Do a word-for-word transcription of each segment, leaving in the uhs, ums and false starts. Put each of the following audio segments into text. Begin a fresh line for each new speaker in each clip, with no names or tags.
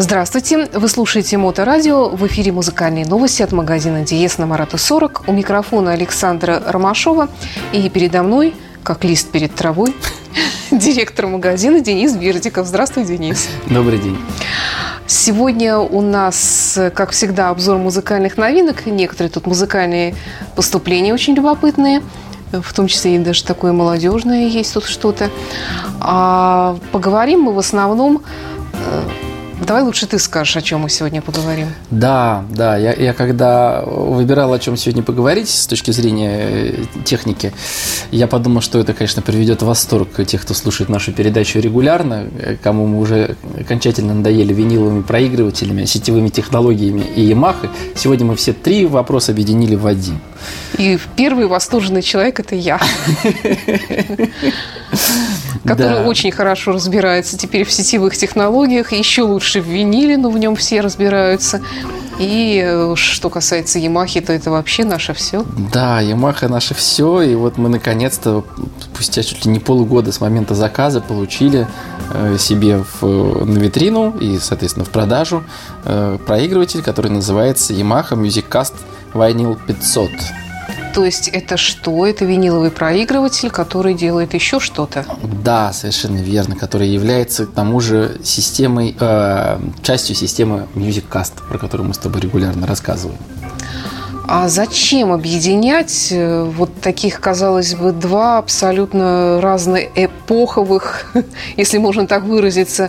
Здравствуйте! Вы слушаете Моторадио. В эфире музыкальные новости от магазина Диез на Марата сорок. У микрофона Александра Ромашова. И передо мной, как лист перед травой, директор магазина Денис Бердиков. Здравствуй, Денис.
Добрый день.
Сегодня у нас, как всегда, обзор музыкальных новинок. Некоторые тут музыкальные поступления очень любопытные. В том числе и даже такое молодежное есть тут что-то. А поговорим мы в основном... Давай лучше ты скажешь, о чем мы сегодня поговорим.
Да, да. Я, я когда выбирал, о чем сегодня поговорить с точки зрения техники, я подумал, что это, конечно, приведет в восторг тех, кто слушает нашу передачу регулярно, кому мы уже окончательно надоели виниловыми проигрывателями, сетевыми технологиями и Yamaha. Сегодня мы все три вопроса объединили в один. И первый восторженный человек – это я, который очень хорошо разбирается теперь в сетевых технологиях, еще лучше в виниле, но в нем все разбираются. И что касается Yamaha, то это вообще наше все. Да, Yamaha наше все. И вот мы наконец-то, спустя чуть ли не полгода с момента заказа, получили себе в, на витрину и, соответственно, в продажу проигрыватель, который называется Yamaha MusicCast Vinyl пятьсот. То есть это что? Это виниловый проигрыватель, который делает еще что-то? Да, совершенно верно, который является к тому же системой, э, частью системы MusicCast, про которую мы с тобой регулярно рассказываем. А зачем объединять вот таких, казалось бы, два абсолютно разноэпоховых, если можно так выразиться,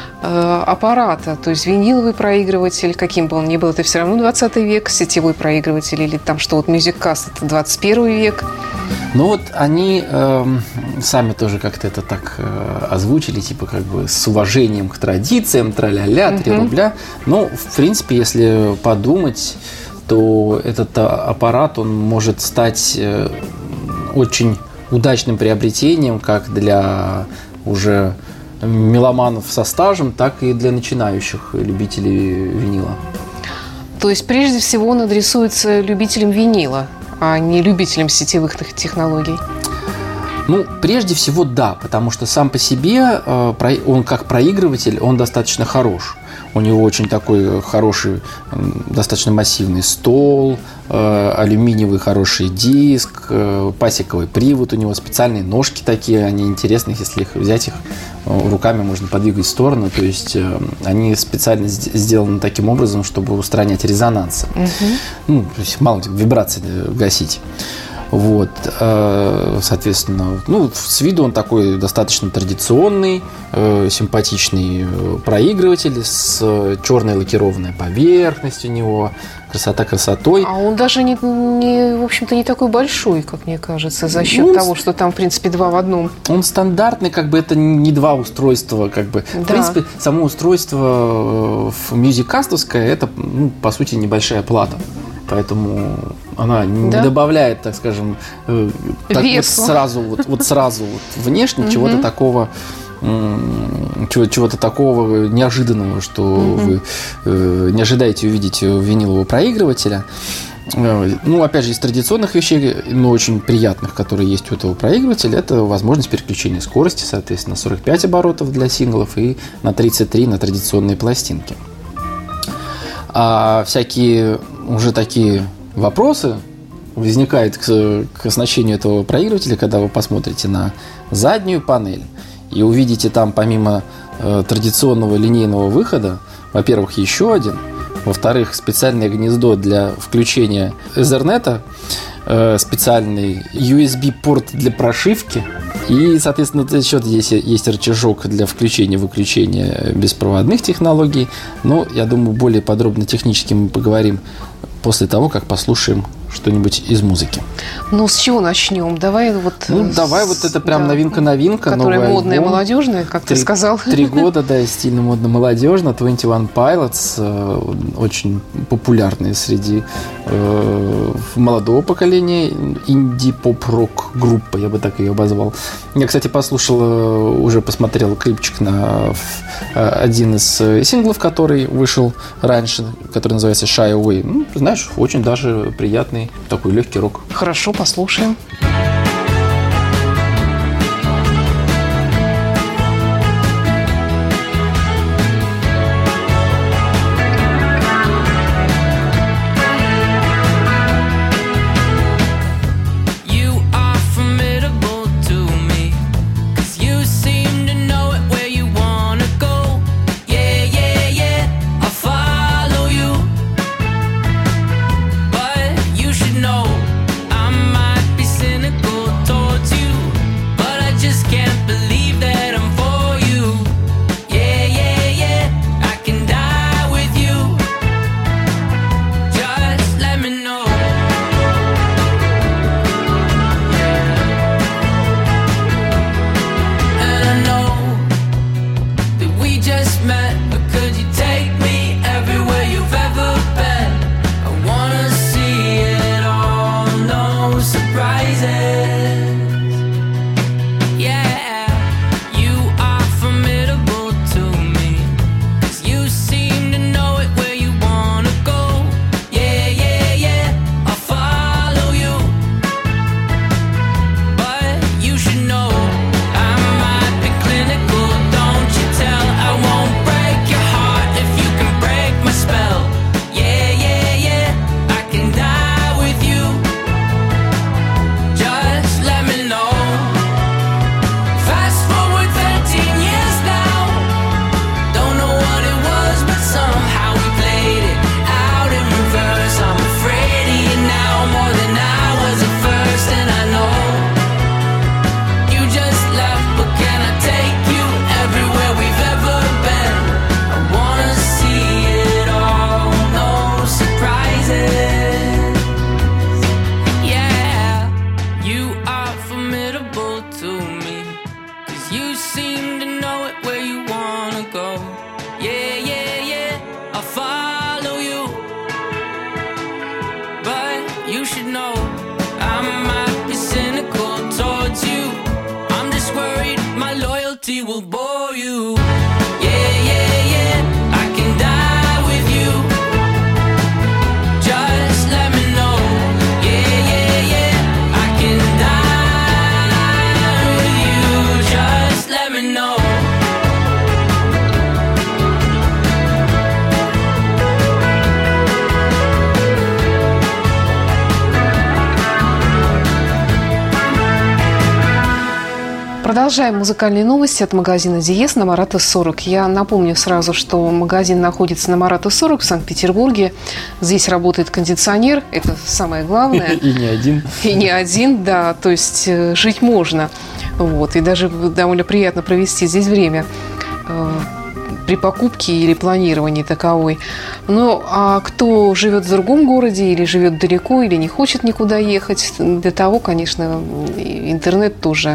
аппарата, то есть виниловый проигрыватель, каким бы он ни был, это все равно двадцатый век, сетевой проигрыватель или там что вот MusicCast, это двадцать первый век. Ну вот они э, сами тоже как-то это так э, озвучили, типа как бы с уважением к традициям, тра-ля-ля, три рубля. Но, в принципе, если подумать, то этот аппарат, он может стать э, очень удачным приобретением как для уже меломанов со стажем, так и для начинающих любителей винила. То есть, прежде всего, он адресуется любителям винила, а не любителям сетевых технологий? Ну, прежде всего, да, потому что сам по себе он как проигрыватель, он достаточно хорош. У него очень такой хороший, достаточно массивный стол, алюминиевый хороший диск, пасековый привод, у него специальные ножки такие, они интересные, если их взять, их руками можно подвигать в сторону, то есть они специально сделаны таким образом, чтобы устранять резонансы, угу. Ну, то есть мало вибраций гасить. Вот, соответственно, ну, с виду он такой достаточно традиционный, симпатичный проигрыватель с черной лакированной поверхностью у него, красота красотой. А он даже не, не, в общем-то, не такой большой, как мне кажется, за счет ну, того, что там, в принципе, два в одном. Он стандартный, как бы это не два устройства, как бы. Да. В принципе, само устройство MusicCast-овское, это, ну, по сути, небольшая плата. Поэтому она не да. добавляет, так скажем, э, так вот сразу, вот, вот сразу вот внешне чего-то такого, чего, чего-то такого неожиданного, что вы э, не ожидаете увидеть у винилового проигрывателя. Ну, опять же, из традиционных вещей, но очень приятных, которые есть у этого проигрывателя, это возможность переключения скорости, соответственно, на сорок пять оборотов для синглов и на тридцать три на традиционные пластинки. А всякие уже такие вопросы возникают к, к оснащению этого проигрывателя, когда вы посмотрите на заднюю панель и увидите там помимо э, традиционного линейного выхода, во-первых, еще один, во-вторых, специальное гнездо для включения Ethernet, э, специальный ю эс би-порт для прошивки. И, соответственно, еще здесь есть рычажок для включения-выключения беспроводных технологий. Но, я думаю, более подробно технически мы поговорим после того, как послушаем что-нибудь из музыки. Ну, с чего начнем? Давай вот... Ну, с... давай вот это прям да, новинка-новинка. Которая модная и молодежная, как три, ты сказал. Три года, да, стильно, модно, молодежно. двадцать один Pilots, э, очень популярные среди э, молодого поколения. Инди-поп-рок группа, я бы так ее обозвал. Я, кстати, послушал, уже посмотрел клипчик на э, один из синглов, который вышел раньше, который называется Shy Away. Ну, знаешь, очень даже приятный такой легкий рок. Хорошо, послушаем.
loyalty will bore you. Yeah, yeah, yeah, I can die with you. Just let me know. Yeah, yeah, yeah, I can die with you. Just let me know.
Продолжаем музыкальные новости от магазина Диез на Марата сорок. Я напомню сразу, что магазин находится на Марата сорок в Санкт-Петербурге. Здесь работает кондиционер, это самое главное.
И не один.
И не один, да, то есть жить можно. Вот, и даже довольно приятно провести здесь время при покупке или планировании таковой. Ну, а кто живет в другом городе или живет далеко, или не хочет никуда ехать, для того, конечно, интернет тоже,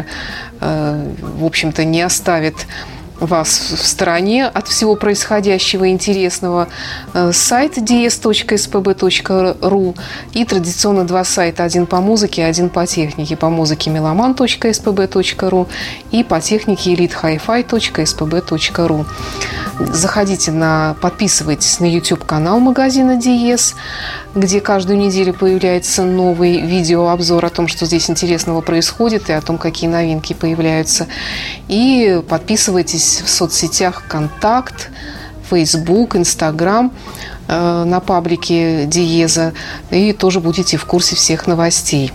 в общем-то, не оставит вас в стороне от всего происходящего и интересного. Сайт ди эс точка эс пэ бэ точка ру и традиционно два сайта. Один по музыке, один по технике. По музыке меломан точка эс пэ бэ точка ру и по технике элит хай фай точка эс пэ бэ точка ру. Заходите на, подписывайтесь на YouTube-канал магазина Диез, где каждую неделю появляется новый видеообзор о том, что здесь интересного происходит и о том, какие новинки появляются. И подписывайтесь в соцсетях ВКонтакт, Facebook, Instagram, э, на паблике Диеза, и тоже будете в курсе всех новостей.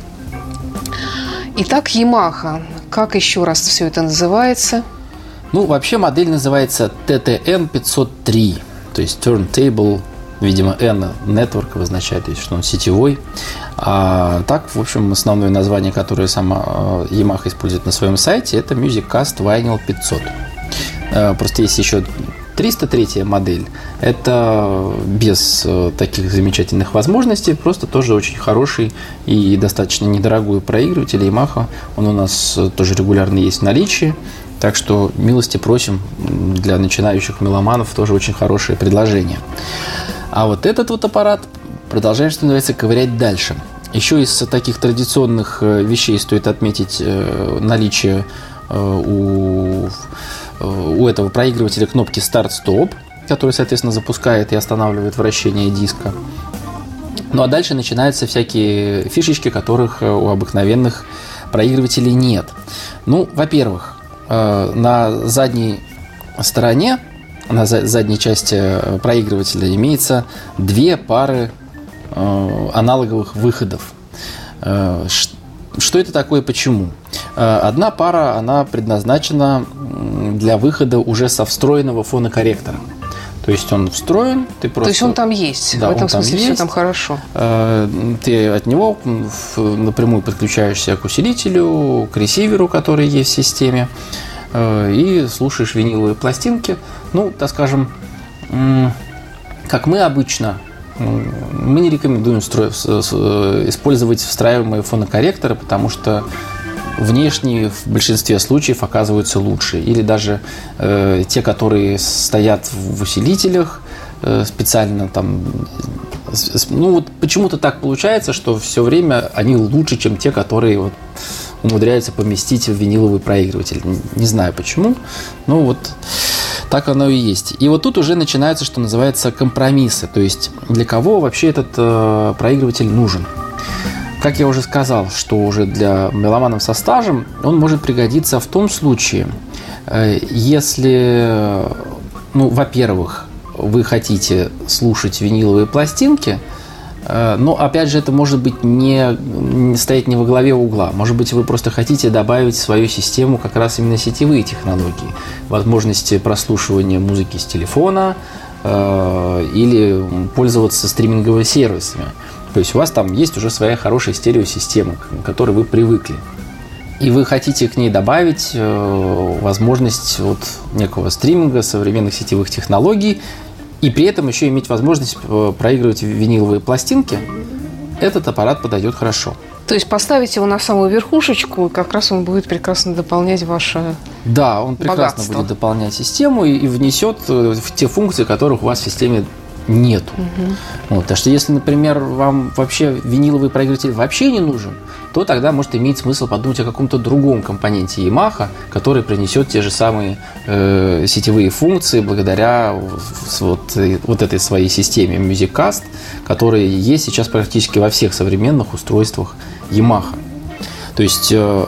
Итак, Yamaha. Как еще раз все это называется?
Ну, вообще модель называется ти ти эн пятьсот три, то есть Turntable, видимо, N Network обозначает, что он сетевой. А так, в общем, основное название, которое сама Yamaha использует на своем сайте, это MusicCast Vinyl пятьсот. Просто есть еще триста третья модель. Это без таких замечательных возможностей, просто тоже очень хороший и достаточно недорогой проигрыватель Yamaha. Он у нас тоже регулярно есть в наличии. Так что милости просим, для начинающих меломанов тоже очень хорошее предложение. А вот этот вот аппарат продолжаем, что называется, ковырять дальше. Еще из таких традиционных вещей стоит отметить наличие у, у этого проигрывателя кнопки старт-стоп, который, соответственно, запускает и останавливает вращение диска. Ну а дальше начинаются всякие фишечки, которых у обыкновенных проигрывателей нет. Ну, во-первых, на задней стороне, на задней части проигрывателя имеется две пары аналоговых выходов. Что это такое, почему? Одна пара, она предназначена для выхода уже со встроенного фонокорректора. То есть он встроен, ты просто...
То есть он там есть,
да,
в этом смысле
есть.
Все там хорошо.
Ты от него напрямую подключаешься к усилителю, к ресиверу, который есть в системе, и слушаешь виниловые пластинки. Ну, так скажем, как мы обычно, мы не рекомендуем использовать встраиваемые фонокорректоры, потому что внешние в большинстве случаев оказываются лучше. Или даже э, те, которые стоят в усилителях, э, специально там... Ну вот почему-то так получается, что все время они лучше, чем те, которые вот умудряются поместить в виниловый проигрыватель. Не знаю почему, но вот так оно и есть. И вот тут уже начинаются, что называется, компромиссы. То есть для кого вообще этот э, проигрыватель нужен? Как я уже сказал, что уже для меломанов со стажем он может пригодиться в том случае, если, ну, во-первых, вы хотите слушать виниловые пластинки, но, опять же, это может быть не, не стоять не во главе угла. Может быть, вы просто хотите добавить в свою систему как раз именно сетевые технологии, возможности прослушивания музыки с телефона э, или пользоваться стриминговыми сервисами. То есть у вас там есть уже своя хорошая стереосистема, к которой вы привыкли. И вы хотите к ней добавить э, возможность вот некого стриминга, современных сетевых технологий, и при этом еще иметь возможность проигрывать виниловые пластинки, этот аппарат подойдет хорошо.
То есть поставить его на самую верхушечку, и как раз он будет прекрасно дополнять ваше
Да, он прекрасно
богатство.
будет дополнять систему и, и внесет те функции, которых у вас в системе нету.
Угу.
Вот, потому что если, например, вам вообще виниловый проигрыватель вообще не нужен, то тогда может иметь смысл подумать о каком-то другом компоненте Yamaha, который принесет те же самые э, сетевые функции благодаря вот, вот этой своей системе MusicCast, которая есть сейчас практически во всех современных устройствах Yamaha. То есть, э,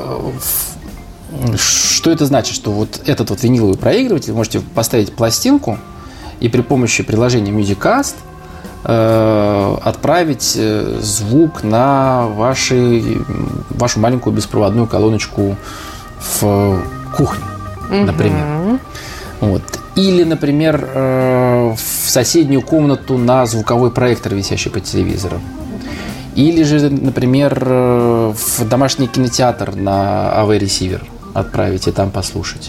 что это значит? Что вот этот вот виниловый проигрыватель вы можете поставить пластинку и при помощи приложения MusicCast отправить звук на ваши, вашу маленькую беспроводную колоночку в кухне, например. Mm-hmm. Вот. Или, например, в соседнюю комнату на звуковой проектор, висящий под телевизором. Или же, например, в домашний кинотеатр на эй ви ресивер отправить и там послушать.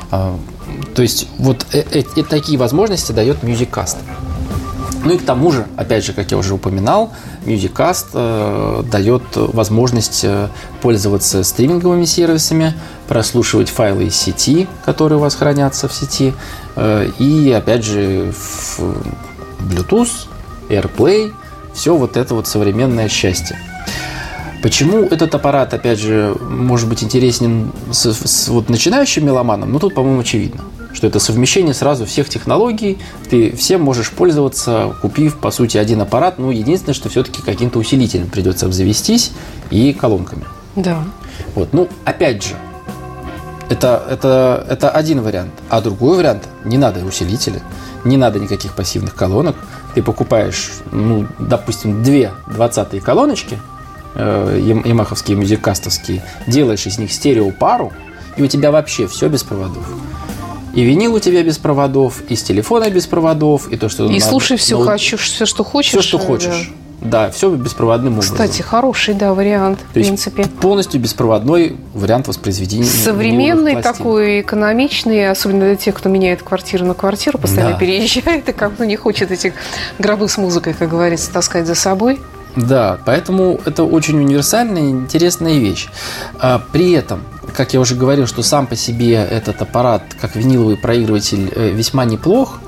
То есть вот э- э- такие возможности дает MusicCast. Ну и к тому же, опять же, как я уже упоминал, MusicCast э, дает возможность э, пользоваться стриминговыми сервисами, прослушивать файлы из сети, которые у вас хранятся в сети, э, и, опять же, в Bluetooth, AirPlay, все вот это вот современное счастье. Почему этот аппарат, опять же, может быть интересен с, с вот начинающим меломаном? Ну, тут, по-моему, очевидно, что это совмещение сразу всех технологий. Ты всем можешь пользоваться, купив, по сути, один аппарат. Ну, единственное, что все-таки каким-то усилителем придется обзавестись и колонками.
Да.
Вот. Ну, опять же, это, это, это один вариант. А другой вариант – не надо усилителя, не надо никаких пассивных колонок. Ты покупаешь, ну, допустим, две двадцатые колоночки, ямаховские, мюзиккастовские, делаешь из них стереопару, и у тебя вообще все без проводов. И винил у тебя без проводов, и с телефона без проводов, и то, что...
И
надо,
слушай все,
ну,
хочу, все, что хочешь.
Все, что хочешь. Да, да, все беспроводным образом.
Кстати, хороший, да, вариант, в
то
принципе.
Есть полностью беспроводной вариант воспроизведения.
Современный, такой экономичный, особенно для тех, кто меняет квартиру на квартиру, постоянно да. переезжает, и как-то не хочет эти гробы с музыкой, как говорится, таскать за собой.
Да, поэтому это очень универсальная и интересная вещь. А, при этом, как я уже говорил, что сам по себе этот аппарат, как виниловый проигрыватель, весьма неплох,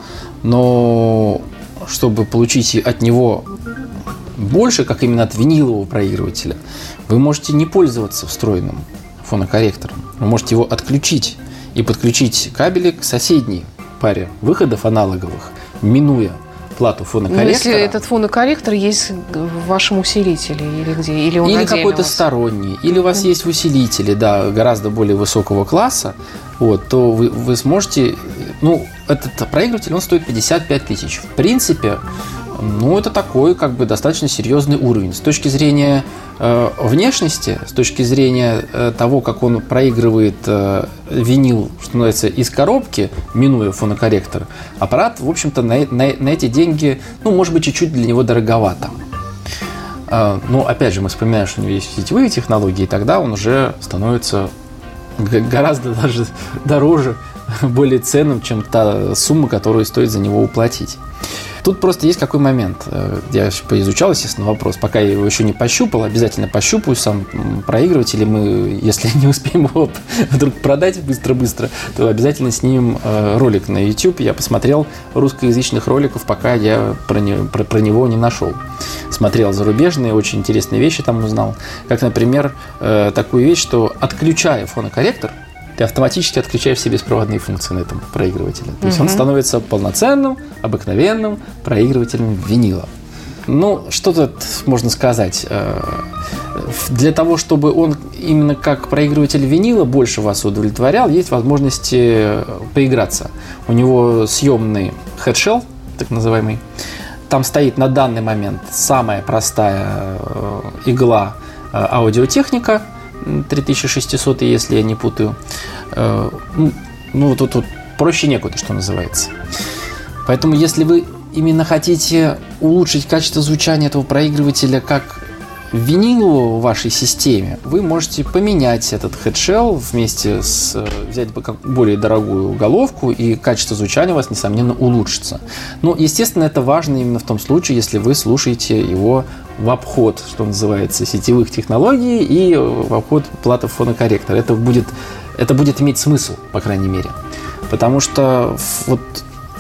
но чтобы получить от него больше, как именно от винилового проигрывателя, вы можете не пользоваться встроенным фонокорректором. Вы можете его отключить и подключить кабели к соседней паре выходов аналоговых, минуя плату фонокорректора.
Но если этот фонокорректор есть в вашем усилителе или где? Или он
или какой-то сторонний, или у вас mm-hmm. есть усилители, да, гораздо более высокого класса, вот, то вы, вы сможете... Ну, этот проигрыватель, он стоит пятьдесят пять тысяч. В принципе, ну, это такой, как бы, достаточно серьезный уровень. С точки зрения э, внешности, с точки зрения э, того, как он проигрывает э, винил, что называется, из коробки, минуя фонокорректор, аппарат, в общем-то, на, на, на эти деньги, ну, может быть, чуть-чуть для него дороговато. Э, но, опять же, мы вспоминаем, что у него есть сетевые технологии, и тогда он уже становится гораздо даже дороже, более ценным, чем та сумма, которую стоит за него уплатить. Тут просто есть какой момент. Я поизучал, естественно, вопрос. Пока я его еще не пощупал, обязательно пощупаю сам проигрыватель. И мы, если не успеем его вдруг продать быстро-быстро, то обязательно снимем ролик на YouTube. Я посмотрел русскоязычных роликов, пока я про, не, про, про него не нашел. Смотрел зарубежные, очень интересные вещи там узнал. Как, например, такую вещь, что отключая фонокорректор, ты автоматически отключаешь все беспроводные функции на этом проигрывателе. То есть uh-huh. он становится полноценным, обыкновенным проигрывателем винила. Ну, что тут можно сказать? Для того, чтобы он именно как проигрыватель винила больше вас удовлетворял, есть возможности поиграться. У него съемный хедшелл, так называемый. Там стоит на данный момент самая простая игла аудиотехника, три тысячи шестьсот, если я не путаю. Ну, ну тут, тут проще некуда, что называется. Поэтому, если вы именно хотите улучшить качество звучания этого проигрывателя как винилового в вашей системе, вы можете поменять этот хедшелл вместе с... взять более дорогую головку, и качество звучания у вас, несомненно, улучшится. Но, естественно, это важно именно в том случае, если вы слушаете его в обход, что называется, сетевых технологий и в обход платы фонокорректора. Это будет, это будет иметь смысл, по крайней мере. Потому что вот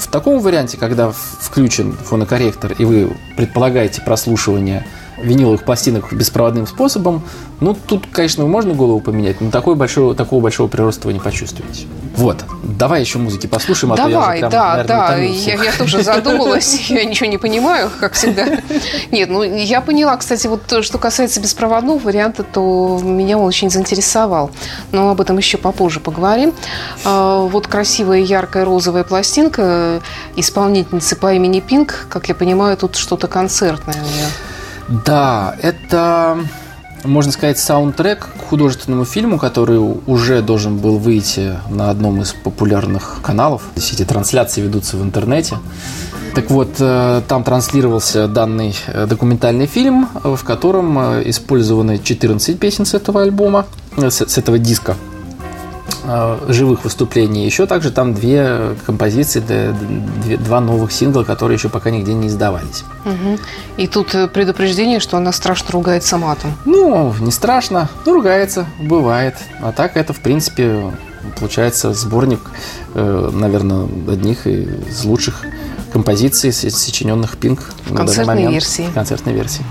В таком варианте, когда включен фонокорректор, и вы предполагаете прослушивание виниловых пластинок беспроводным способом, ну, тут, конечно, можно голову поменять, но такой большой, такого большого прироста вы не почувствуете. Вот. Давай еще музыки послушаем, а
Давай,
то я уже прям,
да,
наверное,
да.
утомился.
Я, я тоже задумалась, я ничего не понимаю, как всегда. Нет, ну, я поняла, кстати, вот что касается беспроводного варианта, то меня он очень заинтересовал. Но об этом еще попозже поговорим. Вот красивая яркая розовая пластинка исполнительницы по имени Пинк. Как я понимаю, тут что-то концертное у нее.
Да, это, можно сказать, саундтрек к художественному фильму, который уже должен был выйти на одном из популярных каналов. Все эти трансляции ведутся в интернете. Так вот, там транслировался данный документальный фильм, в котором использованы четырнадцать песен с этого альбома, с этого диска живых выступлений. Еще также там две композиции, две, два новых сингла, которые еще пока нигде не издавались.
Угу. И тут предупреждение, что она страшно ругается матом.
Ну, не страшно, но ругается, бывает. А так это, в принципе, получается сборник, наверное, одних из лучших композиций, сочиненных Pink
в концертной версии.
В концертной версии.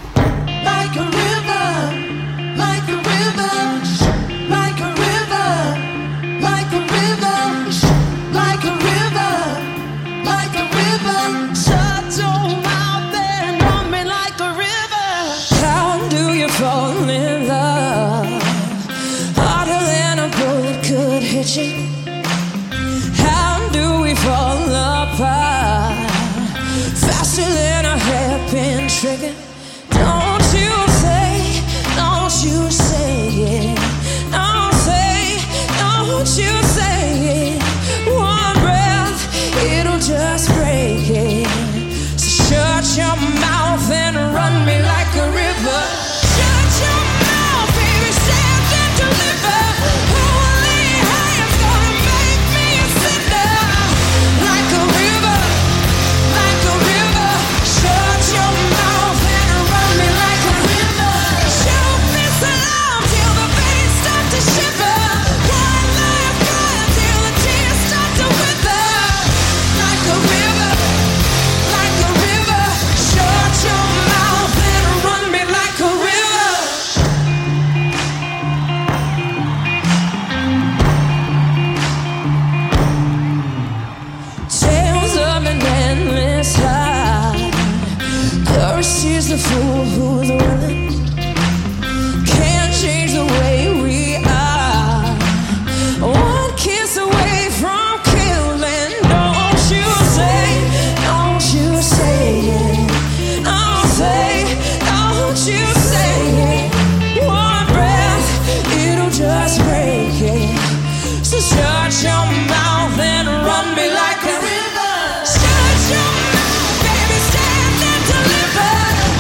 How do we fall apart faster than a hairpin trigger? Don't you say, don't you say it. Don't say, don't you say it. One breath, it'll just break it. So shut your mouth and run me like a river. Shut your mouth, baby, stand and deliver. She's the fool who's willing, can't change the way we are. One kiss away from killing. Don't you say, don't you say it. Don't say, don't you say it. One breath, it'll just break it. So shut your mouth and run me like a river. Shut your mouth, baby, stand and deliver.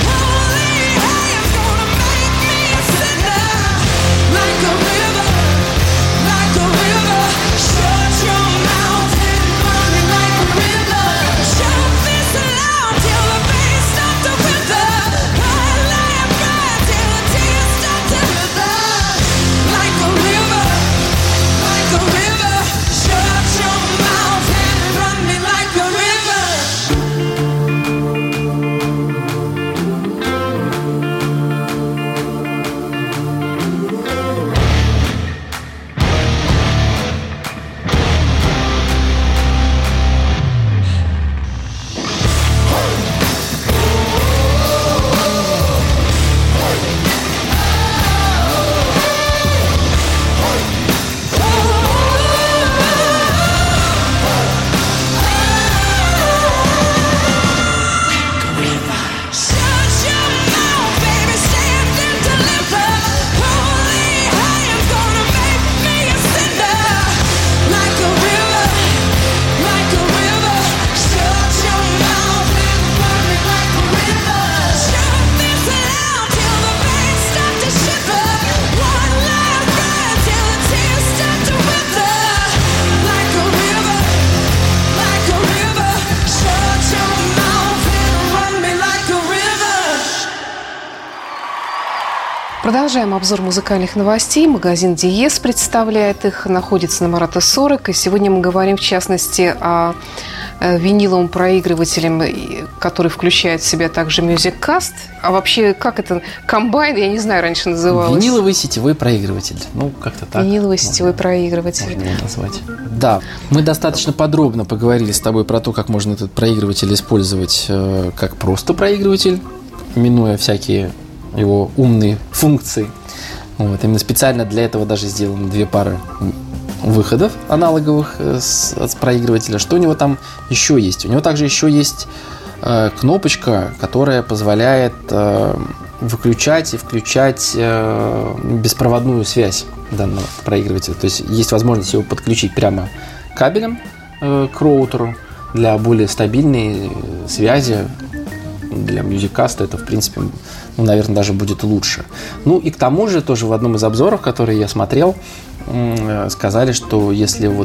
Продолжаем обзор музыкальных новостей. Магазин Диез представляет их. Находится на Марата сорок. И сегодня мы говорим, в частности, о виниловым проигрывателем, который включает в себя также MusicCast. А вообще, как это? Комбайн, я не знаю, раньше называлось.
Виниловый сетевой проигрыватель. Ну, как-то так.
Виниловый сетевой проигрыватель.
Можно его назвать. Да, мы достаточно подробно поговорили с тобой про то, как можно этот проигрыватель использовать э, как просто проигрыватель, минуя всякие его умные функции. Вот. Именно специально для этого даже сделаны две пары выходов аналоговых с, с проигрывателя. Что у него там еще есть? У него также еще есть э, кнопочка, которая позволяет э, выключать и включать э, беспроводную связь данного проигрывателя. То есть есть возможность его подключить прямо кабелем э, к роутеру для более стабильной связи. Для MusicCast это, в принципе, ну, наверное, даже будет лучше. Ну и к тому же, тоже в одном из обзоров, которые я смотрел, сказали, что если вот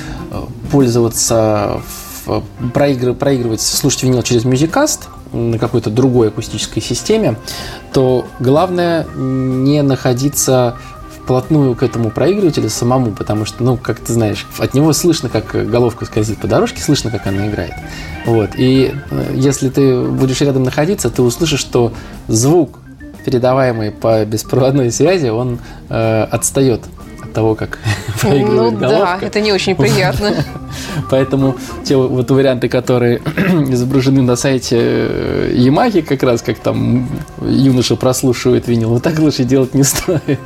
пользоваться, проигрывать, проигрывать, слушать винил через MusicCast на какой-то другой акустической системе, то главное не находиться вплотную к этому проигрывателю самому, потому что, ну, как ты знаешь, от него слышно, как головка скользит по дорожке, слышно, как она играет. Вот. И если ты будешь рядом находиться, ты услышишь, что звук, передаваемый по беспроводной связи, он э, отстает от того, как проигрывает
ну,
головка.
Да, это не очень приятно.
Поэтому те вот варианты, которые изображены на сайте Yamaha, как раз как там юноша прослушивает винил, вот так лучше делать не стоит.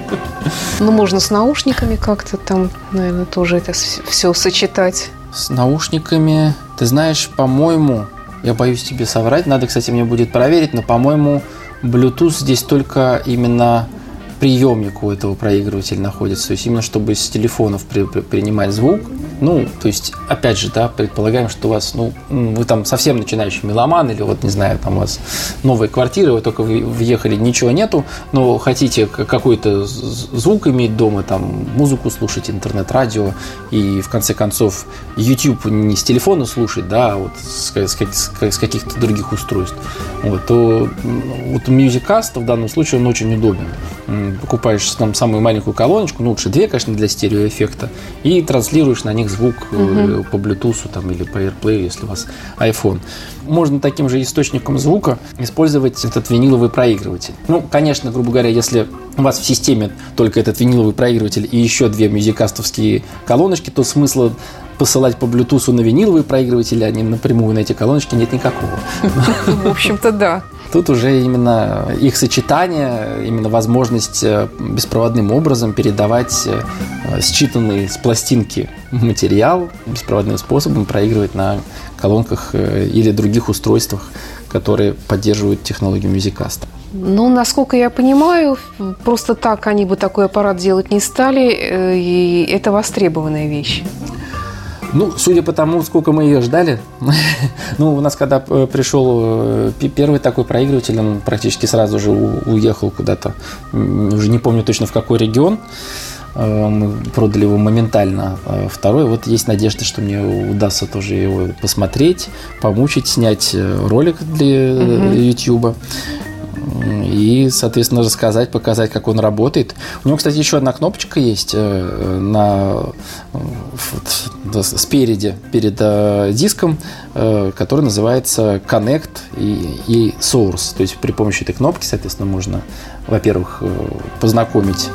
Ну, можно с наушниками как-то там, наверное, тоже это все сочетать.
С наушниками, ты знаешь, по-моему, я боюсь тебе соврать, надо, кстати, мне будет проверить, но, по-моему, Bluetooth здесь только именно приемник у этого проигрывателя находится, то есть именно чтобы с телефонов при, при, принимать звук. Ну, то есть, опять же, да, предполагаем, что у вас, ну, вы там совсем начинающий меломан, или вот, не знаю, там у вас новая квартира, вы только въехали, ничего нету, но хотите какой-то звук иметь дома, там, музыку слушать, интернет-радио, и, в конце концов, YouTube не с телефона слушать, да, а вот с, с, с каких-то других устройств, вот, то вот MusicCast в данном случае, он очень удобен. Покупаешь там самую маленькую колоночку, ну, лучше две, конечно, для стереоэффекта, и транслируешь на них звук uh-huh. по Bluetooth там, или по AirPlay, если у вас iPhone. Можно таким же источником звука использовать этот виниловый проигрыватель. Ну, конечно, грубо говоря, если у вас в системе только этот виниловый проигрыватель и еще две MusicCast-овские колоночки, то смысла посылать по Bluetooth на виниловые проигрыватели, а не напрямую на эти колоночки, нет никакого.
В общем-то, да.
Тут уже именно их сочетание, именно возможность беспроводным образом передавать считанный с пластинки материал беспроводным способом, проигрывать на колонках или других устройствах, которые поддерживают технологию MusicCast.
Ну, насколько я понимаю, просто так они бы такой аппарат делать не стали, и это востребованная вещь.
Ну, судя по тому, сколько мы ее ждали, ну, у нас, когда пришел первый такой проигрыватель, он практически сразу же уехал куда-то, уже не помню точно в какой регион, мы продали его моментально. Второй, вот есть надежда, что мне удастся тоже его посмотреть, помучить, снять ролик для YouTube. И, соответственно, рассказать, показать, как он работает. У него, кстати, еще одна кнопочка есть на, вот, спереди, перед диском, которая называется Connect и, и Source. То есть при помощи этой кнопки, соответственно, можно, во-первых, познакомить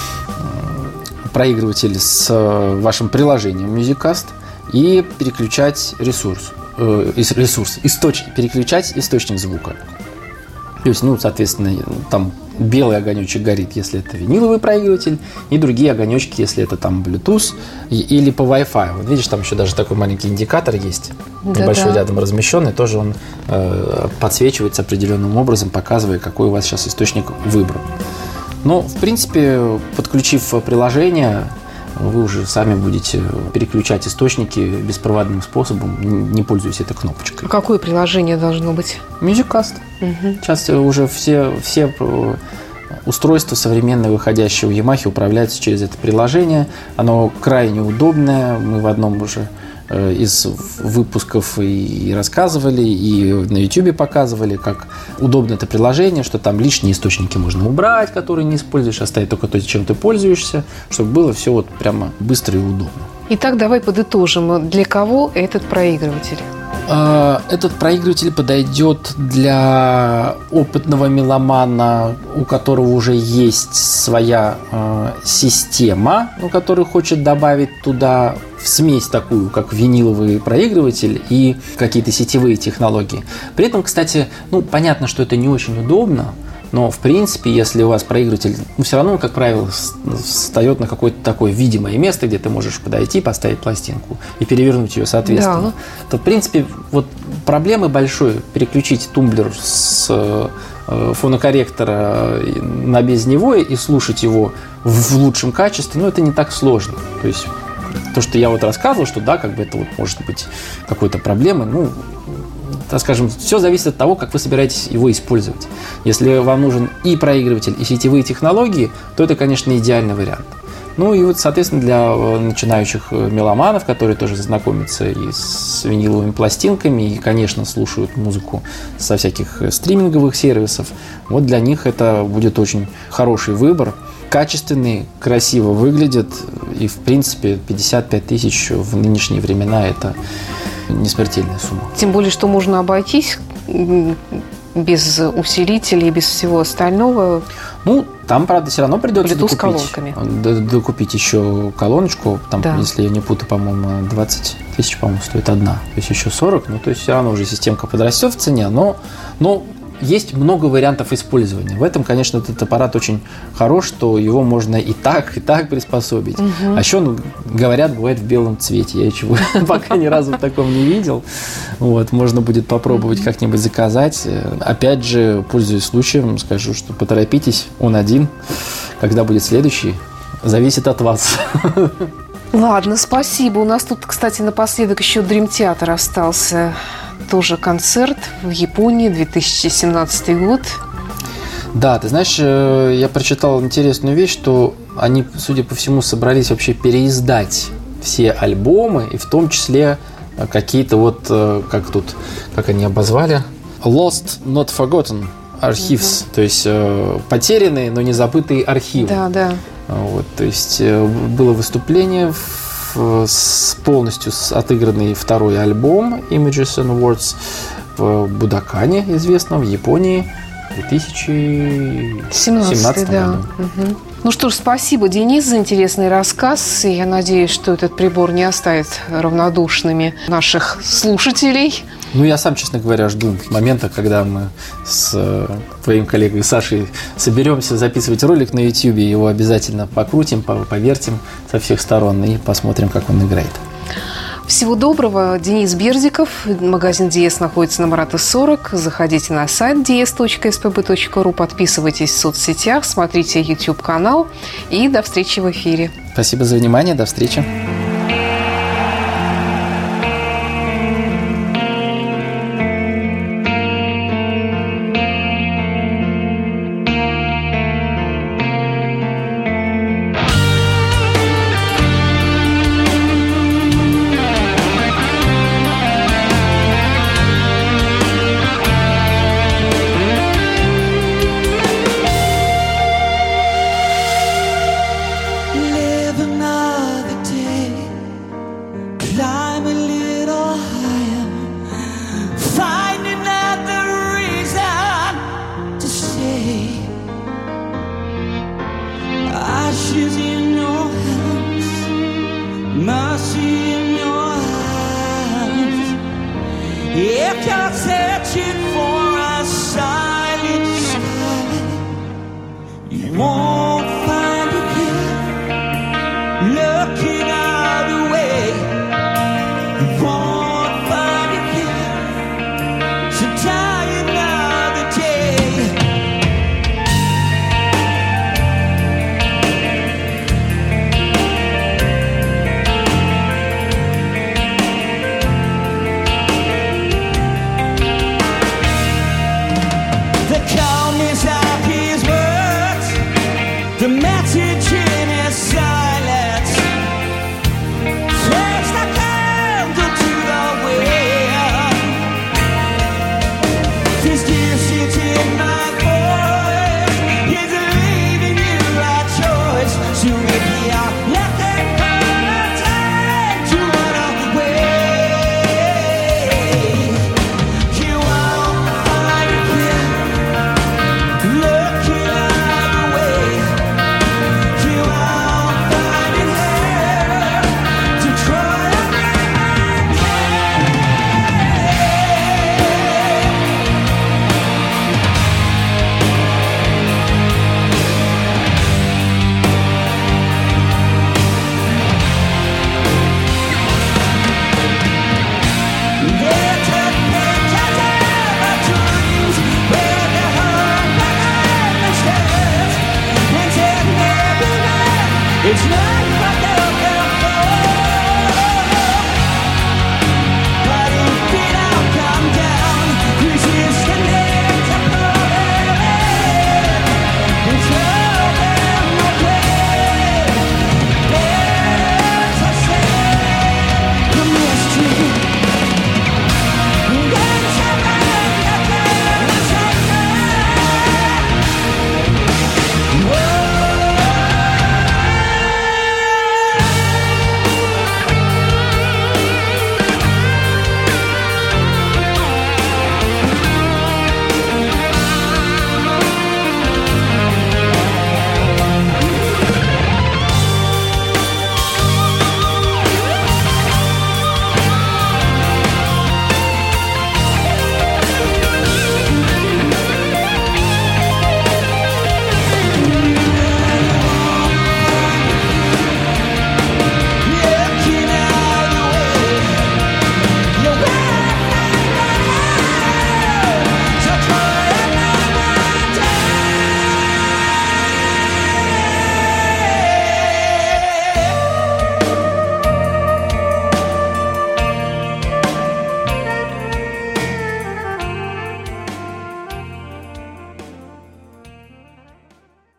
проигрыватель с вашим приложением MusicCast и переключать ресурс, э, ресурс источник, переключать источник звука. То есть, ну, соответственно, там белый огонечек горит, если это виниловый проигрыватель, и другие огонечки, если это там Bluetooth и, или по Wi-Fi. Вот видишь, там еще даже такой маленький индикатор есть, да, небольшой да. рядом размещенный, тоже он э, подсвечивается определенным образом, показывая, какой у вас сейчас источник выбран. Но, в принципе, подключив приложение, вы уже сами будете переключать источники беспроводным способом, не пользуясь этой кнопочкой.
А какое приложение должно быть?
MusicCast. Угу. Сейчас уже все, все устройства современные, выходящие у Yamaha, управляются через это приложение. Оно крайне удобное. Мы в одном уже из выпусков и рассказывали, и на YouTube показывали, как удобно это приложение, что там лишние источники можно убрать, которые не используешь, оставить только то, чем ты пользуешься, чтобы было все вот прямо быстро и удобно.
Итак, давай подытожим. Для кого этот проигрыватель?
Этот проигрыватель подойдет для опытного меломана, у которого уже есть своя э, система, ну, который хочет добавить туда в смесь такую, как виниловый проигрыватель и какие-то сетевые технологии. При этом, кстати, ну, понятно, что это не очень удобно, но, в принципе, если у вас проигрыватель, ну, все равно, как правило, встает на какое-то такое видимое место, где ты можешь подойти, поставить пластинку и перевернуть ее соответственно, да. то, в принципе, вот проблемы большой переключить тумблер с э, фонокорректора на безневое и слушать его в лучшем качестве, ну, это не так сложно. То есть, то, что я вот рассказывал, что, да, как бы это вот может быть какой-то проблемой, ну, так скажем, все зависит от того, как вы собираетесь его использовать. Если вам нужен и проигрыватель, и сетевые технологии, то это, конечно, идеальный вариант. Ну и вот, соответственно, для начинающих меломанов, которые тоже знакомятся и с виниловыми пластинками, и, конечно, слушают музыку со всяких стриминговых сервисов, вот для них это будет очень хороший выбор. Качественный, красиво выглядит, и, в принципе, пятьдесят пять тысяч в нынешние времена – это не смертельная сумма.
Тем более, что можно обойтись без усилителей, без всего остального.
Ну, там, правда, все равно придется докупить,
колонками.
докупить еще колоночку. Там,
да.
если я не путаю, по-моему, двадцать тысяч, по-моему, стоит одна. То есть еще сорок. Ну, то есть все равно уже системка подрастет в цене, но, но есть много вариантов использования. В этом, конечно, этот аппарат очень хорош, что его можно и так, и так приспособить. Угу. А еще, ну, говорят, бывает в белом цвете. Я чего пока ни разу в таком не видел. Вот, можно будет попробовать как-нибудь заказать. Опять же, пользуясь случаем, скажу, что поторопитесь, он один. Когда будет следующий, зависит от вас.
Ладно, спасибо. У нас тут, кстати, напоследок еще Dream Theater остался. Тоже концерт в Японии, две тысячи семнадцатый год.
Да, ты знаешь, я прочитал интересную вещь, что они, судя по всему, собрались вообще переиздать все альбомы, и в том числе какие-то вот, как тут, как они обозвали, Lost Not Forgotten Archives, mm-hmm. то есть потерянные, но не забытые архивы.
Да, да.
Вот, то есть было выступление в с полностью отыгранный второй альбом Images and Words в Будакане, известном в Японии, в две тысячи семнадцатом
да.
году.
Угу. Ну что ж, спасибо, Денис, за интересный рассказ. И я надеюсь, что этот прибор не оставит равнодушными наших слушателей.
Ну, я сам, честно говоря, жду момента, когда мы с твоим коллегой Сашей соберемся записывать ролик на YouTube, его обязательно покрутим, повертим со всех сторон и посмотрим, как он играет.
Всего доброго. Денис Бердиков, магазин Диез находится на Марата сорок. Заходите на сайт диез точка эс пэ бэ точка ру, подписывайтесь в соцсетях, смотрите YouTube-канал и до встречи в эфире.
Спасибо за внимание, до встречи.
Mercy in your eyes. If you're searching for